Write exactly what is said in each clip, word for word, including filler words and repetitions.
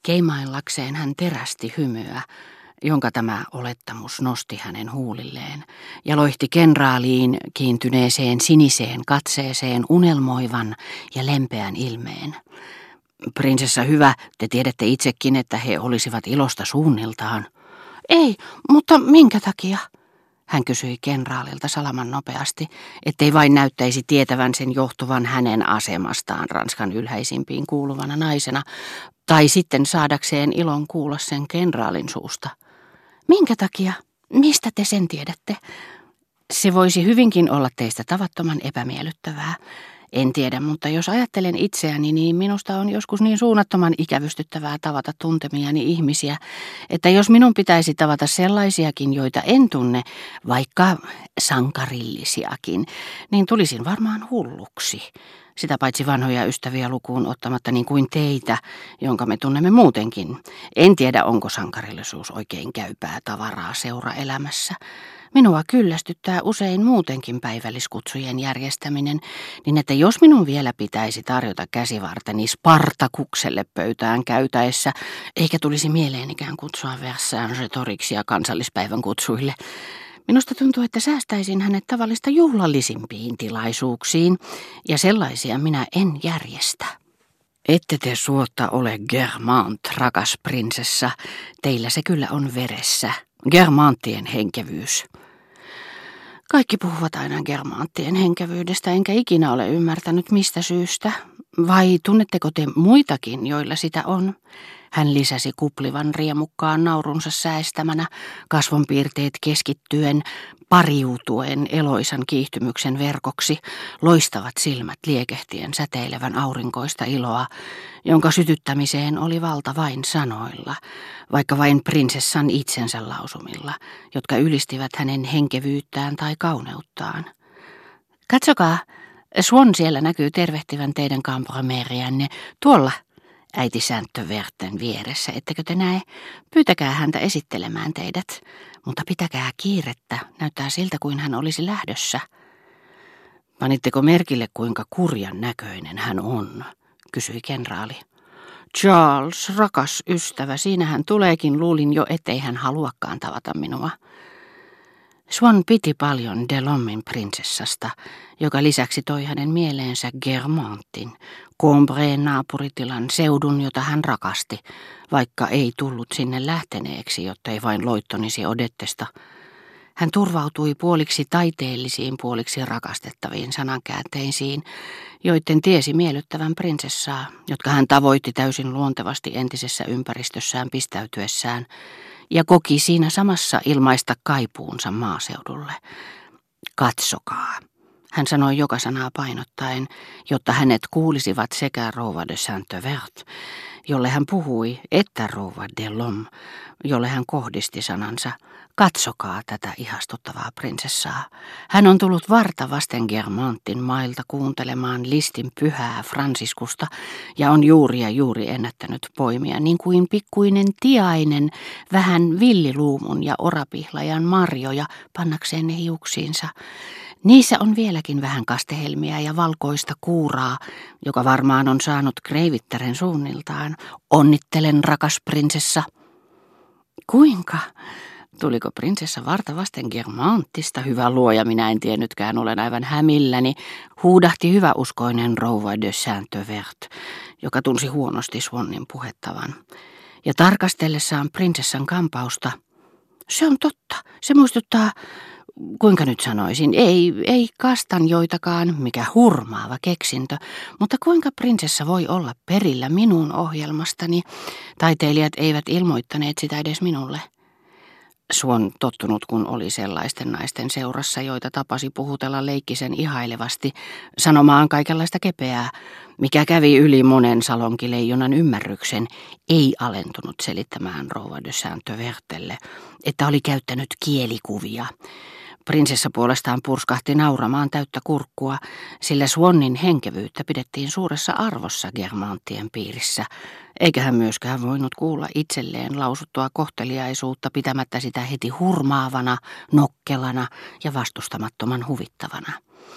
Keimaillakseen hän terästi hymyä, jonka tämä olettamus nosti hänen huulilleen, ja loihti kenraaliin kiintyneeseen siniseen katseeseen unelmoivan ja lempeän ilmeen. Prinsessa hyvä, te tiedätte itsekin, että he olisivat ilosta suunniltaan. Ei, mutta minkä takia? Hän kysyi kenraalilta salaman nopeasti, ettei vain näyttäisi tietävän sen johtuvan hänen asemastaan Ranskan ylhäisimpiin kuuluvana naisena, tai sitten saadakseen ilon kuulla sen kenraalin suusta. Minkä takia? Mistä te sen tiedätte? Se voisi hyvinkin olla teistä tavattoman epämiellyttävää. En tiedä, mutta jos ajattelen itseäni, niin minusta on joskus niin suunnattoman ikävystyttävää tavata tuntemiani ihmisiä, että jos minun pitäisi tavata sellaisiakin, joita en tunne, vaikka sankarillisiakin, niin tulisin varmaan hulluksi. Sitä paitsi vanhoja ystäviä lukuun ottamatta niin kuin teitä, jonka me tunnemme muutenkin. En tiedä, onko sankarillisuus oikein käypää tavaraa seuraelämässä. Minua kyllästyttää usein muutenkin päivälliskutsujen järjestäminen, niin että jos minun vielä pitäisi tarjota käsivarteni Spartakukselle pöytään käytäessä, eikä tulisi mieleenikään kutsua Versailles-retoriksia kansallispäivän kutsuille, minusta tuntuu, että säästäisin hänet tavallista juhlallisimpiin tilaisuuksiin, ja sellaisia minä en järjestä. Ette te suotta ole Guermantes, rakas prinsessa, teillä se kyllä on veressä. Guermantien henkevyys. Kaikki puhuvat aina Guermantien henkevyydestä, enkä ikinä ole ymmärtänyt mistä syystä. Vai tunnetteko te muitakin, joilla sitä on? Hän lisäsi kuplivan riemukkaan naurunsa säestämänä, kasvonpiirteet keskittyen, pariutuen eloisan kiihtymyksen verkoksi, loistavat silmät liekehtien säteilevän aurinkoista iloa, jonka sytyttämiseen oli valta vain sanoilla, vaikka vain prinsessan itsensä lausumilla, jotka ylistivät hänen henkevyyttään tai kauneuttaan. Katsokaa, Swan siellä näkyy tervehtivän teidän kamprameeriänne tuolla, äiti Sainte-Verten vieressä, ettekö te näe? Pyytäkää häntä esittelemään teidät, mutta pitäkää kiirettä, näyttää siltä kuin hän olisi lähdössä. Panitteko merkille, kuinka kurjan näköinen hän on, kysyi kenraali. Charles, rakas ystävä, siinä hän tuleekin, luulin jo, ettei hän haluakaan tavata minua. Swan piti paljon Delhomin prinsessasta, joka lisäksi toi hänen mieleensä Guermantesin, Combreen naapuritilan seudun, jota hän rakasti, vaikka ei tullut sinne lähteneeksi, jotta ei vain loittonisi Odettesta. Hän turvautui puoliksi taiteellisiin, puoliksi rakastettaviin sanankäänteisiin, joiden tiesi miellyttävän prinsessaa, jotka hän tavoitti täysin luontevasti entisessä ympäristössään pistäytyessään, ja koki siinä samassa ilmaista kaipuunsa maaseudulle. Katsokaa, hän sanoi joka sanaa painottaen, jotta hänet kuulisivat sekä rouva de Sainte-Verte, jolle hän puhui, että rouva Delhomme, jolle hän kohdisti sanansa. Katsokaa tätä ihastuttavaa prinsessaa. Hän on tullut varta vasten Guermantesin mailta kuuntelemaan Listin pyhää Franciskusta ja on juuri ja juuri ennättänyt poimia niin kuin pikkuinen tiainen vähän villiluumun ja orapihlajan marjoja pannakseen ne hiuksiinsa. Niissä on vieläkin vähän kastehelmiä ja valkoista kuuraa, joka varmaan on saanut kreivittären suunniltaan. Onnittelen, rakas prinsessa. Kuinka? Tuliko prinsessa varta vasten Guermantesta? Hyvä luoja, minä en tiennytkään, olen aivan hämilläni, huudahti hyväuskoinen rouva de Sainte-Verte, joka tunsi huonosti Swannin puhettavan. Ja tarkastellessaan prinsessan kampausta, se on totta, se muistuttaa, kuinka nyt sanoisin, ei, ei kastanjoitakaan, mikä hurmaava keksintö, mutta kuinka prinsessa voi olla perillä minun ohjelmastani, taiteilijat eivät ilmoittaneet sitä edes minulle. Swan, tottunut kun oli sellaisten naisten seurassa, joita tapasi puhutella leikkisen ihailevasti, sanomaan kaikenlaista kepeää, mikä kävi yli monen salonkileijonan ymmärryksen, ei alentunut selittämään rouva de Sainte-Vertelle, että oli käyttänyt kielikuvia. Prinsessa puolestaan purskahti nauramaan täyttä kurkkua, sillä Swannin henkevyyttä pidettiin suuressa arvossa Guermantien piirissä, eikä hän myöskään voinut kuulla itselleen lausuttua kohteliaisuutta pitämättä sitä heti hurmaavana, nokkelana ja vastustamattoman huvittavana.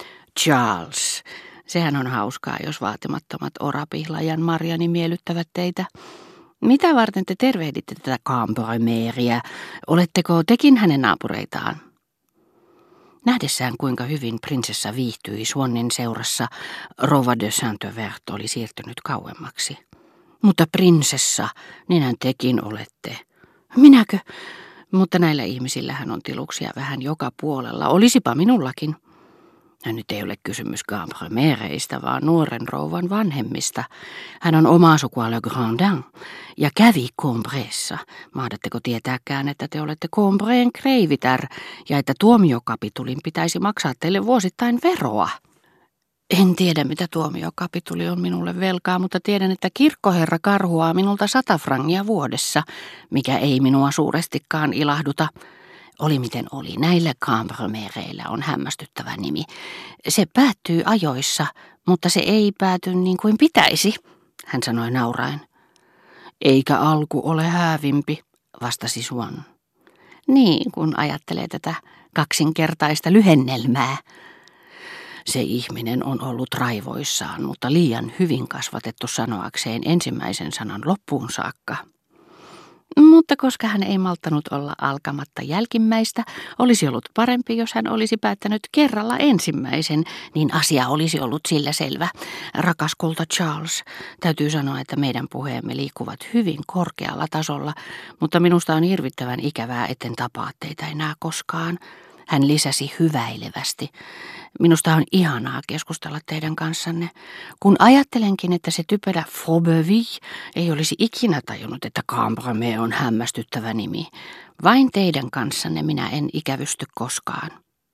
Charles, sehän on hauskaa, jos vaatimattomat orapihlajan marjani miellyttävät teitä. Mitä varten te tervehditte tätä Cambremeria? Oletteko tekin hänen naapureitaan? Nähdessään, kuinka hyvin prinsessa viihtyi Swannin seurassa, rouva de Saint-Evert oli siirtynyt kauemmaksi. Mutta prinsessa, niinhän tekin olette. Minäkö? Mutta näillä ihmisillähän on tiluksia vähän joka puolella. Olisipa minullakin. Ja nyt ei ole kysymys Cambremereistä, vaan nuoren rouvan vanhemmista. Hän on omaa sukua Le Grandin ja kävi Combressa. Mahdatteko tietääkään, että te olette Combreen kreivitär ja että tuomiokapitulin pitäisi maksaa teille vuosittain veroa? En tiedä, mitä tuomiokapituli on minulle velkaa, mutta tiedän, että kirkkoherra karhuaa minulta sata frangia vuodessa, mikä ei minua suurestikaan ilahduta. Oli miten oli, näillä Cambremereillä on hämmästyttävä nimi. Se päättyy ajoissa, mutta se ei pääty niin kuin pitäisi, hän sanoi nauraen. Eikä alku ole häävimpi, vastasi Swann. Niin, kun ajattelee tätä kaksinkertaista lyhennelmää. Se ihminen on ollut raivoissaan, mutta liian hyvin kasvatettu sanoakseen ensimmäisen sanan loppuun saakka. Mutta koska hän ei malttanut olla alkamatta jälkimmäistä, olisi ollut parempi, jos hän olisi päättänyt kerralla ensimmäisen, niin asia olisi ollut sillä selvä. Rakas kulta Charles, täytyy sanoa, että meidän puheemme liikkuvat hyvin korkealla tasolla, mutta minusta on hirvittävän ikävää, etten tapaa teitä enää koskaan. Hän lisäsi hyväilevästi. Minusta on ihanaa keskustella teidän kanssanne. Kun ajattelenkin, että se typerä Faubourg ei olisi ikinä tajunnut, että Cambremere on hämmästyttävä nimi. Vain teidän kanssanne minä en ikävysty koskaan.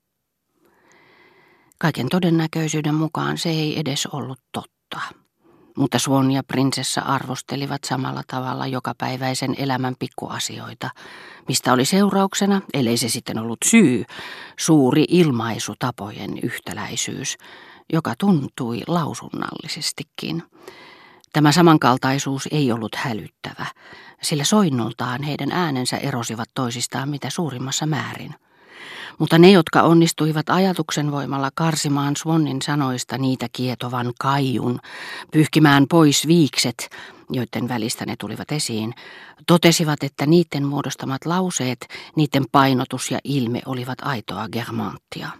Kaiken todennäköisyyden mukaan se ei edes ollut totta. Mutta Swann ja prinsessa arvostelivat samalla tavalla jokapäiväisen elämän pikkuasioita, mistä oli seurauksena, ellei se sitten ollut syy, suuri ilmaisutapojen yhtäläisyys, joka tuntui lausunnallisestikin. Tämä samankaltaisuus ei ollut hälyttävä, sillä soinnultaan heidän äänensä erosivat toisistaan mitä suurimmassa määrin. Mutta ne, jotka onnistuivat ajatuksen voimalla karsimaan Swannin sanoista niitä kietovan kaiun, pyyhkimään pois viikset, joiden välistä ne tulivat esiin, totesivat, että niiden muodostamat lauseet, niiden painotus ja ilme olivat aitoa germanttia.